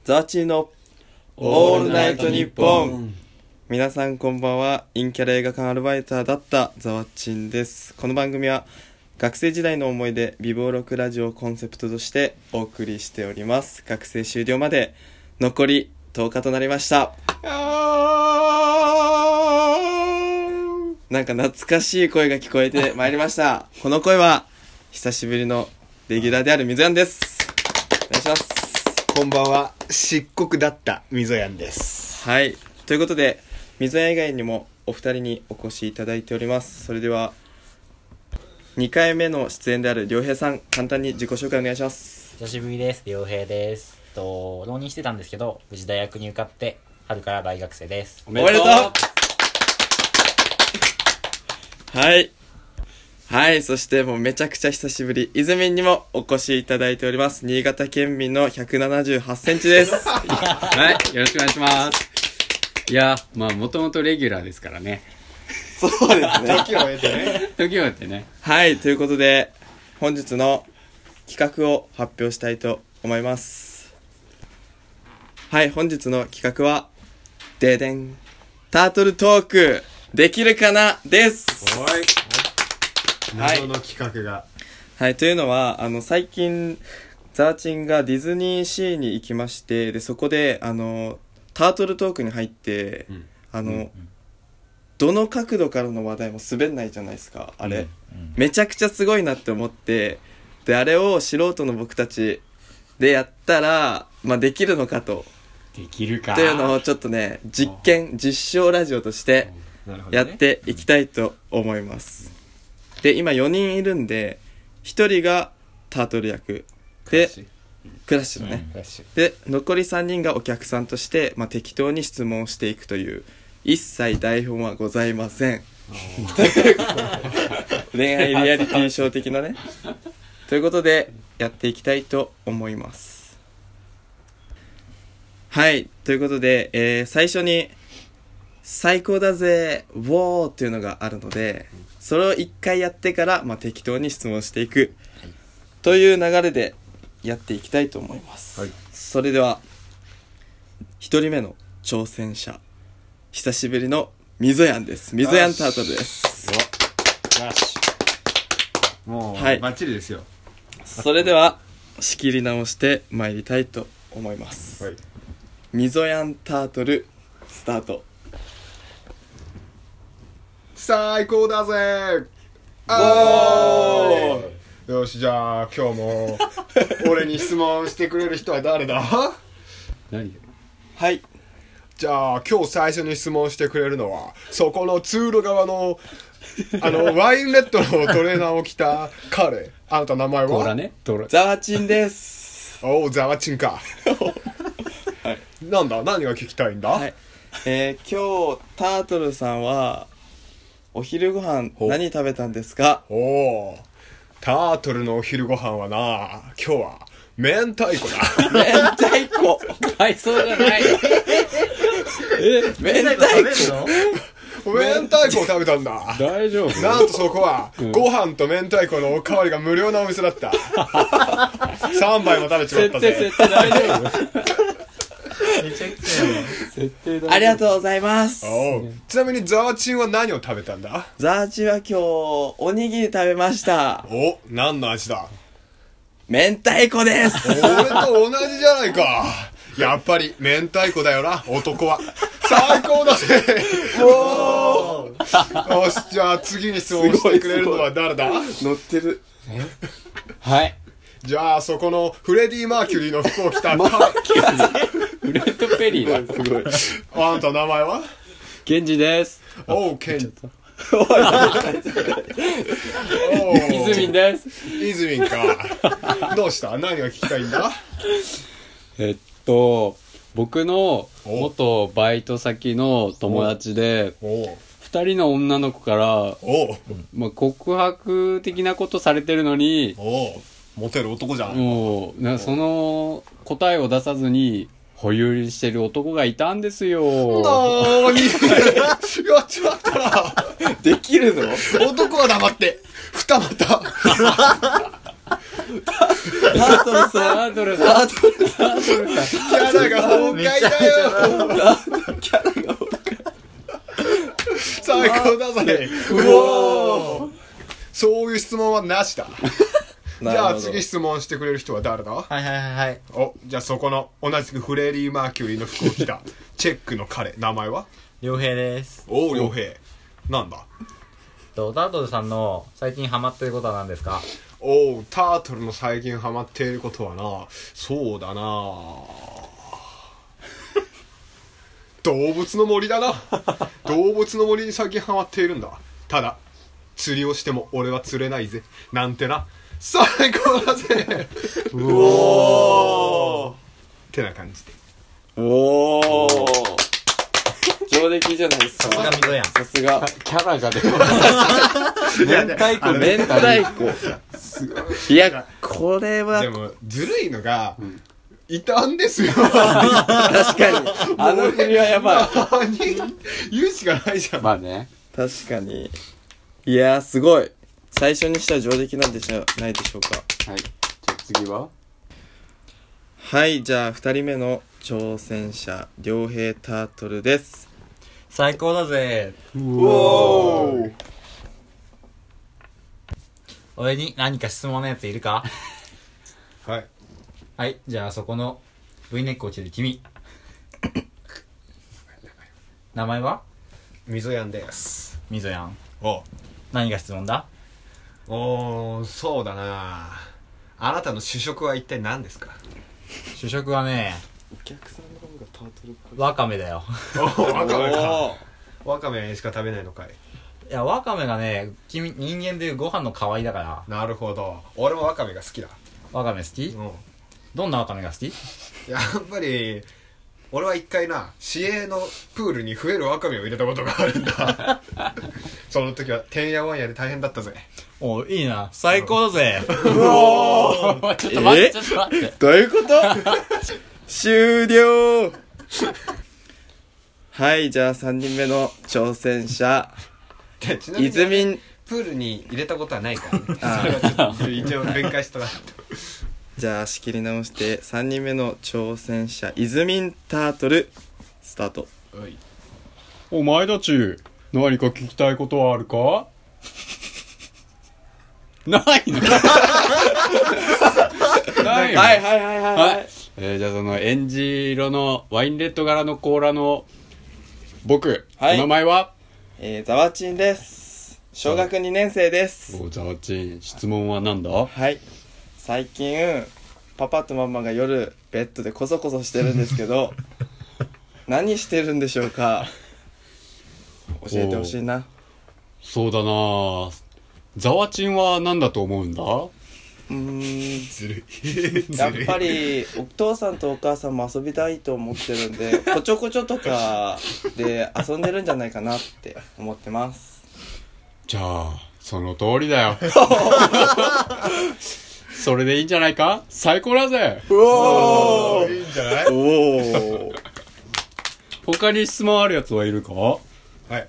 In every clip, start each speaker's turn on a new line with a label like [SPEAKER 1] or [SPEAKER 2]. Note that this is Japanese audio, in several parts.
[SPEAKER 1] ザワチンのオールナイトニッポン。皆さんこんばんは。陰キャラ映画館アルバイターだったザワチンです。この番組は学生時代の思い出美貌録ラジオをコンセプトとしてお送りしております。学生終了まで残り10日となりました。なんか懐かしい声が聞こえてまいりました。この声は久しぶりのレギュラーであるみぞやんです。お願いします。
[SPEAKER 2] こんばんは。漆黒だったみぞやんです。
[SPEAKER 1] はい、ということでみぞや以外にもお二人にお越しいただいております。それでは2回目の出演であるりょうへいさん、簡単に自己紹介お願いします。
[SPEAKER 3] 久しぶりです。りょうへいです。浪人してたんですけど無事大学に受かって春から大学生です。
[SPEAKER 1] おめでとう。はい、そしてもうめちゃくちゃ久しぶり、いずみんにもお越しいただいております。新潟県民の178センチです。
[SPEAKER 4] はい、よろしくお願いします。いや、まあもともとレギュラーですからね。
[SPEAKER 1] そうですね。
[SPEAKER 2] 時を経てね。
[SPEAKER 4] 時を経ってね。
[SPEAKER 1] はい、ということで本日の企画を発表したいと思います。はい、本日の企画はででん、タートルトークできるかなです。
[SPEAKER 2] 謎の企画が。
[SPEAKER 1] はい、というのは最近ザーチンがディズニーシーに行きまして、でそこでタートルトークに入って、どの角度からの話題も滑んないじゃないですか、あれ、めちゃくちゃすごいなって思って、であれを素人の僕たちでやったら、できるのかと
[SPEAKER 4] できるか
[SPEAKER 1] というのをちょっとね、実証ラジオとしてやっていきたいと思います。で今4人いるんで、1人がタートル役でクラッシュのね、で残り3人がお客さんとして、適当に質問していくという、一切台本はございません。恋愛リアリティショー的なねということでやっていきたいと思います。はい、ということで、最初に最高だぜウォーっていうのがあるので、それを1回やってから、適当に質問していくという流れでやっていきたいと思います、それでは1人目の挑戦者、久しぶりのみぞやんです。みぞやんタートルです。
[SPEAKER 2] よし、もう、
[SPEAKER 1] はい、
[SPEAKER 2] バッチリですよ。
[SPEAKER 1] それでは仕切り直してまいりたいと思います、みぞやんタートルスタート。
[SPEAKER 2] 最高だぜよし、じゃあ今日も俺に質問してくれる人は誰だ？
[SPEAKER 4] 何？
[SPEAKER 1] はい、
[SPEAKER 2] じゃあ今日最初に質問してくれるのは、そこの通路側のワインレッドのトレーナーを着た彼。あなた名前は？
[SPEAKER 4] トラね、トラ。
[SPEAKER 1] ザワチンです。
[SPEAKER 2] おう、ザワチンか。なんだ、何が聞きたいんだ？
[SPEAKER 1] はい、今日タートルさんはお昼ご飯何食べたんですか？
[SPEAKER 2] おお、タートルのお昼ご飯はな、今日は明太子だ。
[SPEAKER 1] 明太子。
[SPEAKER 4] はい、そうじゃないよ。
[SPEAKER 1] 明太子。
[SPEAKER 2] 明太子を食べたんだ。
[SPEAKER 4] 大丈夫？
[SPEAKER 2] なんとそこは、ご飯と明太子のおかわりが無料なお店だった。3杯も食べちまったぜ。
[SPEAKER 4] 設定大丈夫？
[SPEAKER 3] めちゃくちゃや
[SPEAKER 4] 設定大丈夫？
[SPEAKER 1] ありがとうございます。
[SPEAKER 2] おう、ちなみにザワチンは何を食べたんだ？
[SPEAKER 1] ザーチは今日おにぎり食べました。
[SPEAKER 2] お、何の味だ？
[SPEAKER 1] 明太子です。
[SPEAKER 2] 俺と同じじゃないか。やっぱり明太子だよな、男は。最高だぜ。おー。よし、じゃあ次に質問してくれるのは誰だ？
[SPEAKER 1] 乗ってる。
[SPEAKER 4] はい。
[SPEAKER 2] じゃあそこのフレディ・マーキュリーの服を着た
[SPEAKER 4] フレッド・ペリーだ。
[SPEAKER 1] すごい。
[SPEAKER 2] あんた名前は？
[SPEAKER 4] ケンジです。
[SPEAKER 2] おう、ケン。
[SPEAKER 4] イズミンです。
[SPEAKER 2] イズミンか。どうした？何が聞きたいんだ？
[SPEAKER 4] 僕の元バイト先の友達で、2人の女の子から告白的なことされてるのに、
[SPEAKER 2] モテる男じゃん。
[SPEAKER 4] もうその答えを出さずに保有してる男がいたんですよ。
[SPEAKER 2] なーにやっちまったな。
[SPEAKER 1] できるの？
[SPEAKER 2] 男は黙って二股。
[SPEAKER 1] ートルさん。
[SPEAKER 4] タートルさん。タートルさん。
[SPEAKER 2] キャラが崩壊だよ。最高だぜ。
[SPEAKER 1] うおー。
[SPEAKER 2] そういう質問はなしだ。じ
[SPEAKER 1] なるほど
[SPEAKER 2] ゃあ次質問してくれる人は誰だ？
[SPEAKER 3] はいはいはいはい。
[SPEAKER 2] お、じゃあそこの同じくフレディ・マーキュリーの服を着たチェックの彼、名前は？
[SPEAKER 3] 良平です。
[SPEAKER 2] おう、良平。なんだ？
[SPEAKER 3] タートルさんの最近ハマってることは何ですか？
[SPEAKER 2] おう、タートルの最近ハマっていることはな、そうだな動物の森だな。動物の森に最近ハマっているんだ。ただ釣りをしても俺は釣れないぜなんてな、最高だぜ。
[SPEAKER 1] うおー。
[SPEAKER 2] ってな感じで。
[SPEAKER 1] おー。上出来じゃないですか。
[SPEAKER 3] さすが溝やん。
[SPEAKER 1] さすが。
[SPEAKER 4] キャラが出る。明太子
[SPEAKER 1] 明太子。いや、これは
[SPEAKER 2] でもずるいのが、いたんですよ。
[SPEAKER 1] 確かに。あの振りはやばい。
[SPEAKER 2] 何言うしかないじゃん。
[SPEAKER 4] まあね。
[SPEAKER 1] 確かに。いやー、すごい。最初にしたら上出来なんでしょないでしょうか。
[SPEAKER 4] はい。じゃあ次は
[SPEAKER 1] はい、じゃあ2人目の挑戦者、良平タートルです。
[SPEAKER 3] 最高だぜ。
[SPEAKER 1] おー。
[SPEAKER 3] 俺に何か質問のやついるか？
[SPEAKER 2] はい。
[SPEAKER 3] はい、じゃあそこの V ネック落ちる君。名前は？
[SPEAKER 2] 溝やんです。
[SPEAKER 3] 溝やん。
[SPEAKER 2] お
[SPEAKER 3] 何が質問だ？
[SPEAKER 2] そうだな。あなたの主食は一体何ですか？
[SPEAKER 3] 主食はね、
[SPEAKER 1] お客さんの方がタートルっぽい。
[SPEAKER 3] ワカメだよ。
[SPEAKER 2] わかめか。
[SPEAKER 1] おー。
[SPEAKER 2] わかめしか食べないのかい。
[SPEAKER 3] いや、ワカメがね、人間でいうご飯の代わりだから。
[SPEAKER 2] なるほど。俺もわかめが好きだ。
[SPEAKER 3] ワカメ好き？
[SPEAKER 2] うん。
[SPEAKER 3] どんなワカメが好き？
[SPEAKER 2] やっぱり俺は一回な、市営のプールに増えるワカメを入れたことがあるんだ。その時はてんやわんやで大変だったぜ。
[SPEAKER 3] おいいな、最高だぜ。
[SPEAKER 1] うおー。
[SPEAKER 3] ちょっと待って、ちょっと待って。
[SPEAKER 1] どういうこと終了。はい、じゃあ3人目の挑戦者、
[SPEAKER 2] ちなみに
[SPEAKER 1] 泉
[SPEAKER 2] プールに入れたことはないからね。
[SPEAKER 1] あ
[SPEAKER 2] それはちょっと一応弁解したら。
[SPEAKER 1] じゃあ仕切り直して3人目の挑戦者イズミンタートルスタート。
[SPEAKER 4] お前たち何か聞きたいことはあるか？ないの？ないの？
[SPEAKER 1] はいはいはいはい
[SPEAKER 4] は
[SPEAKER 1] はいい。
[SPEAKER 4] じゃあそのエンジ色のワインレッド柄の甲羅の僕、
[SPEAKER 1] はい
[SPEAKER 4] お名前は？
[SPEAKER 1] ザワチンです。小学2年生です。
[SPEAKER 4] お、ザワチン、質問は何だ？
[SPEAKER 1] はい、最近パパとママが夜ベッドでコソコソしてるんですけど何してるんでしょうか？教えてほしいな。
[SPEAKER 4] そうだな、ザワチンは何だと思うんだ？
[SPEAKER 2] ずるい。
[SPEAKER 1] やっぱりお父さんとお母さんも遊びたいと思ってるんでこちょこちょとかで遊んでるんじゃないかなって思ってます。
[SPEAKER 4] じゃあその通りだよ。それでいいんじゃないか？最高だぜ。
[SPEAKER 1] うおー
[SPEAKER 2] いいんじゃない？
[SPEAKER 1] おー
[SPEAKER 4] 他に質問あるやつはいるか？
[SPEAKER 2] はい。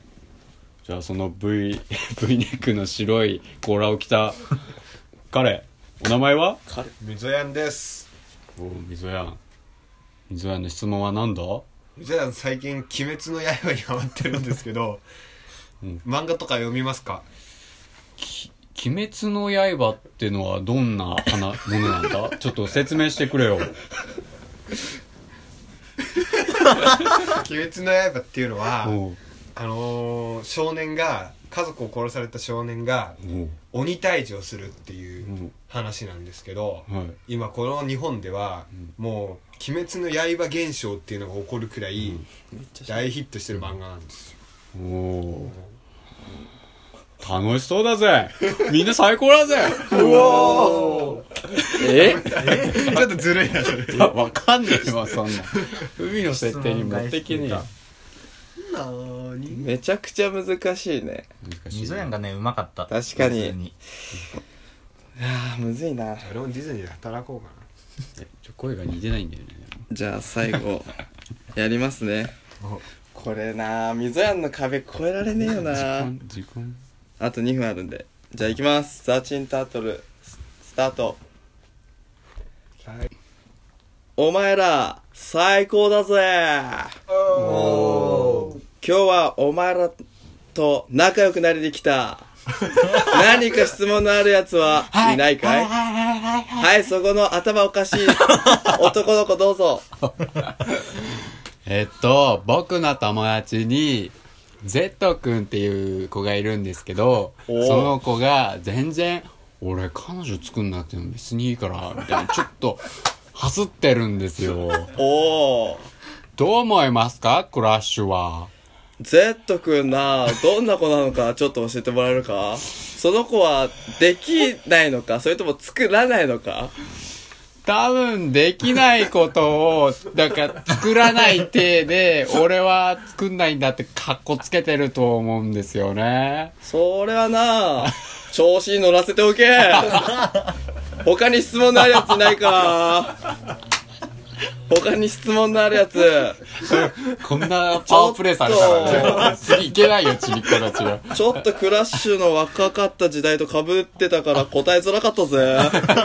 [SPEAKER 4] じゃあその V ネックの白い甲羅を着た彼、お名前は？
[SPEAKER 2] 溝やんです。
[SPEAKER 4] お、溝やんの質問は何だ？
[SPEAKER 2] 溝やん最近鬼滅の刃にハマってるんですけど、漫画とか読みますか？
[SPEAKER 4] 鬼滅の刃ってのはどんなものなんだ？ちょっと説明してくれよ。
[SPEAKER 2] 鬼滅の刃っていうのは、少年が、家族を殺された少年が鬼退治をするっていう話なんですけど、今この日本ではもう鬼滅の刃現象っていうのが起こるくらい大ヒットしてる漫画なんですよ。
[SPEAKER 4] おー、楽しそうだぜ。みんな最高だぜ。
[SPEAKER 1] おー
[SPEAKER 2] ちょっとずるいなそれ。
[SPEAKER 4] わかんねえわ、そんな海の設定に持ってけねえよ。
[SPEAKER 1] めちゃくちゃ難しいね。
[SPEAKER 3] 溝やんがね、うまかった。
[SPEAKER 1] 確かに
[SPEAKER 3] 普通に。
[SPEAKER 1] むずいな。
[SPEAKER 2] 俺もディズニーで働こうか
[SPEAKER 4] 声が似てないんだよね。
[SPEAKER 1] じゃあ最後やりますね。
[SPEAKER 2] な。
[SPEAKER 1] これな、溝やんの壁越えられねえよな。
[SPEAKER 4] 時間
[SPEAKER 1] あと2分あるんで、じゃあ行きます。ザーチンタートルスタート。 お前ら最高だぜ。今日はお前らと仲良くなりに来た。何か質問のあるやつはいないかい？はい、そこの頭おかしい男の子どうぞ。
[SPEAKER 4] 僕の友達に Z 君っていう子がいるんですけど、その子が全然俺彼女作んなくても別にいいからみたいなちょっとハスってるんですよ。どう思いますか、クラッシュは。
[SPEAKER 1] Z 君な、どんな子なのかちょっと教えてもらえるか？その子はできないのか、それとも作らないのか？
[SPEAKER 4] 多分できないことをだから作らない体で俺は作んないんだってカッコつけてると思うんですよね。
[SPEAKER 1] それはな、調子に乗らせておけ。他に質問のあるやついないか？他に質問のあるやつ。
[SPEAKER 4] こんなパワープレイされたらね、次いけないよ、ちびっ子たちが。
[SPEAKER 1] ちょっとクラッシュの若かった時代と被ってたから答えづらかったぜ。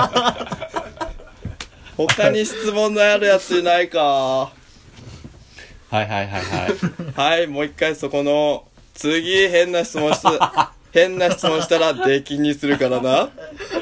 [SPEAKER 1] 他に質問のあるやついないか？
[SPEAKER 4] はいはいはいはい。
[SPEAKER 1] はい、もう一回そこの、次変な質問したら出禁にするからな。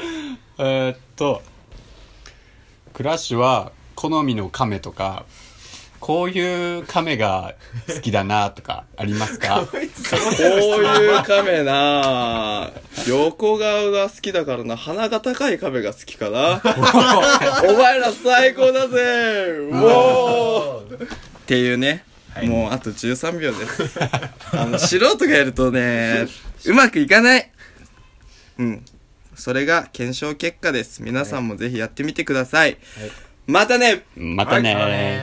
[SPEAKER 4] クラッシュは好みの亀とか、こういう亀が好きだなとかありますか？
[SPEAKER 1] こういう亀な、横顔が好きだからな、鼻が高い亀が好きかな。お前ら最高だぜ、もうっていうね、もうあと13秒です。素人がやるとね、うまくいかない。それが検証結果です。皆さんもぜひやってみてください。またね。
[SPEAKER 4] またね。